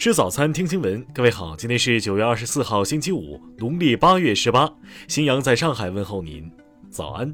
吃早餐，听新闻。各位好，今天是9月24号，星期五，农历8月18。新阳在上海问候您，早安。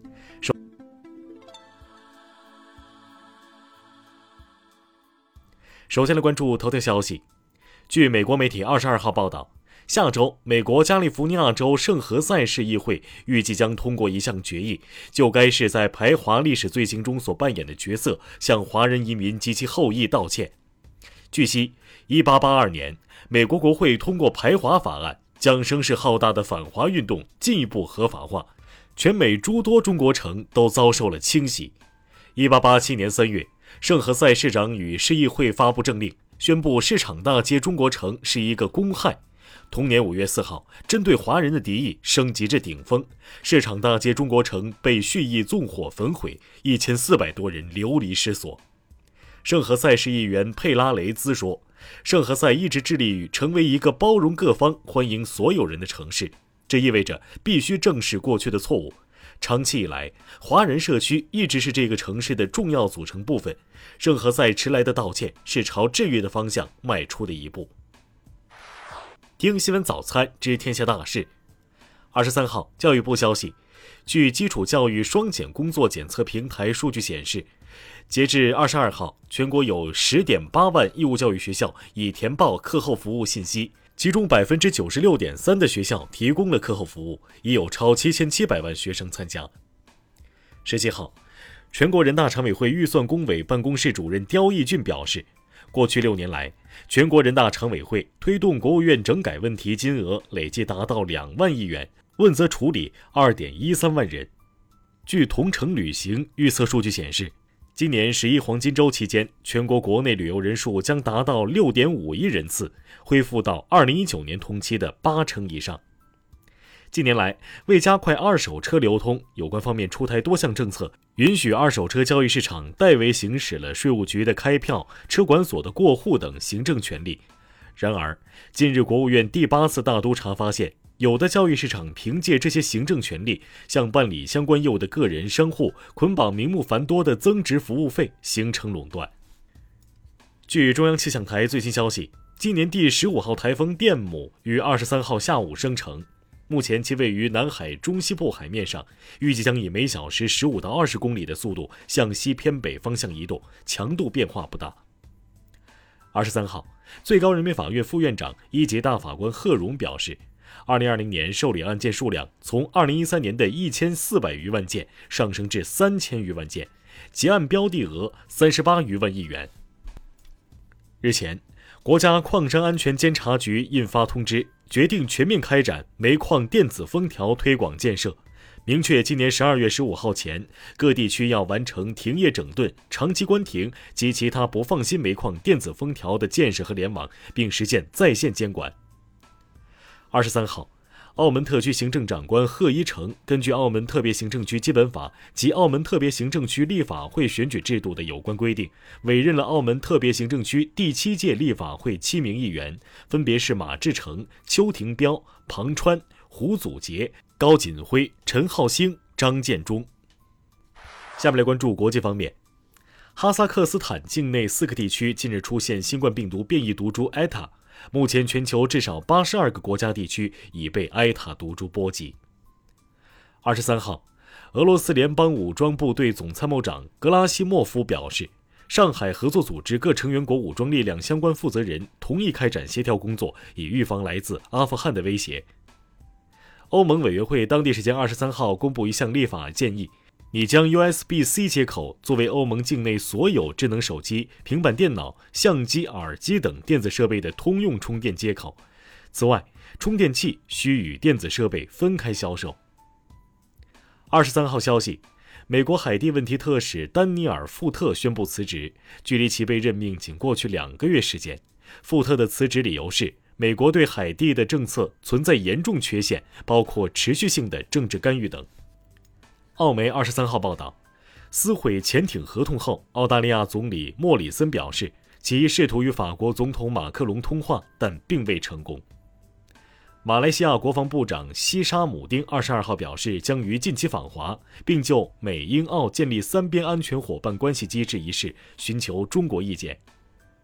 首先来关注头条消息。据美国媒体22号报道，下周美国加利福尼亚州圣何塞市议会预计将通过一项决议，就该市在排华历史罪行中所扮演的角色向华人移民及其后裔道歉。据悉，1882年，美国国会通过排华法案，将声势浩大的反华运动进一步合法化，全美诸多中国城都遭受了清洗。1887年3月，圣何塞市长与市议会发布政令，宣布市场大街中国城是一个公害。同年5月4号，针对华人的敌意升级至顶峰，市场大街中国城被蓄意纵火焚毁，1400多人流离失所。圣何塞市议员佩拉雷兹说，圣何塞一直致力于成为一个包容各方、欢迎所有人的城市，这意味着必须正视过去的错误。长期以来，华人社区一直是这个城市的重要组成部分。圣何塞迟来的道歉是朝治愈的方向迈出的一步。听新闻早餐知天下大事。23号，教育部消息，据基础教育双减工作检测平台数据显示，截至22号，全国有 10.8 万义务教育学校已填报课后服务信息，其中 96.3% 的学校提供了课后服务，已有超7700万学生参加。17号，全国人大常委会预算工委办公室主任刁义俊表示，过去6年来，全国人大常委会推动国务院整改问题金额累计达到2万亿元，问责处理 2.13 万人。据同程旅行预测数据显示，今年11黄金周期间，全国国内旅游人数将达到 6.5 亿人次，恢复到2019年同期的80%以上。近年来，为加快二手车流通，有关方面出台多项政策，允许二手车交易市场代为行使了税务局的开票、车管所的过户等行政权利。然而，近日国务院第8次大督查发现，有的交易市场凭借这些行政权利，向办理相关业务的个人商户捆绑名目繁多的增值服务费，形成垄断。据中央气象台最新消息，今年第15号台风电母于23号下午生成，目前其位于南海中西部海面上，预计将以每小时15到20公里的速度向西偏北方向移动，强度变化不大。23号，最高人民法院副院长、一级大法官贺荣表示，2020年受理案件数量从2013年的1400余万件上升至3000余万件，结案标的额38余万亿元。日前，国家矿山安全监察局印发通知，决定全面开展煤矿电子封条推广建设，明确今年12月15号前，各地区要完成停业整顿、长期关停及其他不放心煤矿电子封条的建设和联网，并实现在线监管。23号，澳门特区行政长官贺一诚根据澳门特别行政区基本法及澳门特别行政区立法会选举制度的有关规定，委任了澳门特别行政区第7届立法会7名议员，分别是马志成、邱廷彪、庞川、胡祖杰、高锦辉、陈浩兴、张建中。下面来关注国际方面。哈萨克斯坦境内4个地区近日出现新冠病毒变异毒株埃塔，目前全球至少82个国家地区已被埃塔毒株波及。23号，俄罗斯联邦武装部队总参谋长格拉西莫夫表示，上海合作组织各成员国武装力量相关负责人同意开展协调工作，以预防来自阿富汗的威胁。欧盟委员会当地时间23号公布一项立法建议，拟将 USB-C 接口作为欧盟境内所有智能手机、平板电脑、相机、耳机等电子设备的通用充电接口。此外，充电器需与电子设备分开销售。23号消息，美国海地问题特使丹尼尔·富特宣布辞职，距离其被任命仅过去2个月时间。富特的辞职理由是，美国对海地的政策存在严重缺陷，包括持续性的政治干预等。澳媒23号报道，撕毁潜艇合同后，澳大利亚总理莫里森表示，其试图与法国总统马克龙通话，但并未成功。马来西亚国防部长西沙姆丁22号表示，将于近期访华，并就美英澳建立3边安全伙伴关系机制一事寻求中国意见。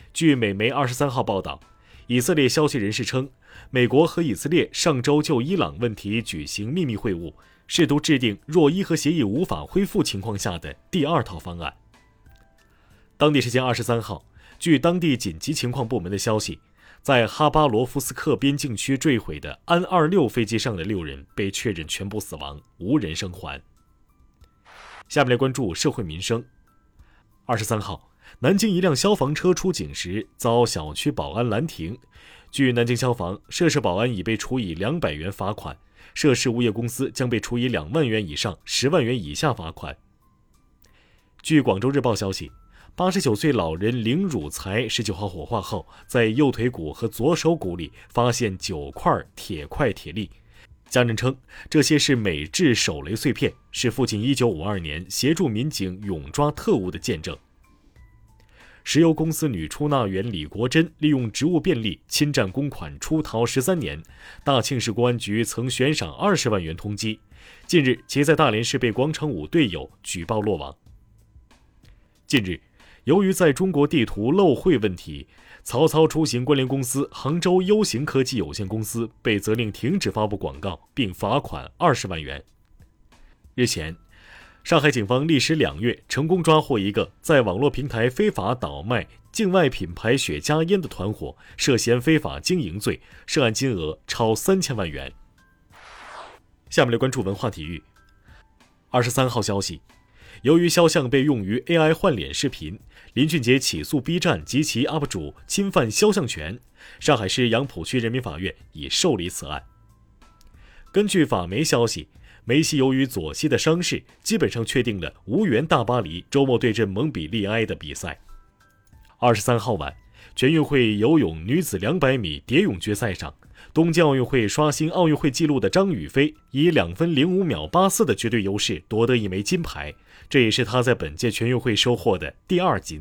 据美媒23号报道，以色列消息人士称，美国和以色列上周就伊朗问题举行秘密会晤，试图制定若伊核协议无法恢复情况下的第二套方案。当地时间23号，据当地紧急情况部门的消息，在哈巴罗夫斯克边境区坠毁的安26飞机上的6人被确认全部死亡，无人生还。下面来关注社会民生。23号，南京一辆消防车出警时遭小区保安拦停，据南京消防，涉事保安已被处以200元罚款，涉事物业公司将被处以2万元以上10万元以下罚款。据广州日报消息，89岁老人林汝才19号火化后，在右腿骨和左手骨里发现9块铁粒。家人称，这些是美制手雷碎片，是父亲1952年协助民警勇抓特务的见证。石油公司女出纳员李国珍利用职务便利侵占公款出逃13年，大庆市公安局曾悬赏20万元通缉。近日，其在大连市被广场舞队友举报落网。近日，由于在中国地图漏绘问题，曹操出行关联公司杭州优行科技有限公司被责令停止发布广告，并罚款20万元。日前，上海警方历时2月成功抓获一个在网络平台非法倒卖境外品牌雪茄烟的团伙，涉嫌非法经营罪，涉案金额超3000万元。下面来关注文化体育。23号消息，由于肖像被用于 AI 换脸视频，林俊杰起诉 B 站及其 UP 主侵犯肖像权，上海市杨浦区人民法院已受理此案。根据法媒消息，梅西由于左膝的伤势，基本上确定了无缘大巴黎周末对阵蒙彼利埃的比赛。23号晚，全运会游泳女子200米蝶泳决赛上，东京奥运会刷新奥运会纪录的张雨霏以2分05秒84的绝对优势夺得1枚金牌，这也是她在本届全运会收获的第2金。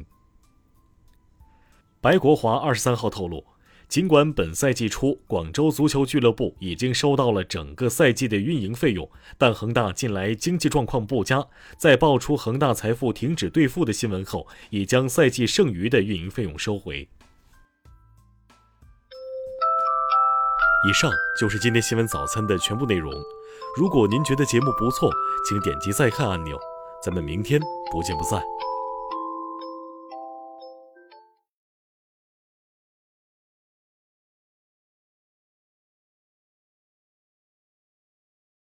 白国华23号透露，尽管本赛季初广州足球俱乐部已经收到了整个赛季的运营费用，但恒大近来经济状况不佳，在爆出恒大财富停止兑付的新闻后，已将赛季剩余的运营费用收回。以上就是今天新闻早餐的全部内容。如果您觉得节目不错，请点击再看按钮。咱们明天不见不散。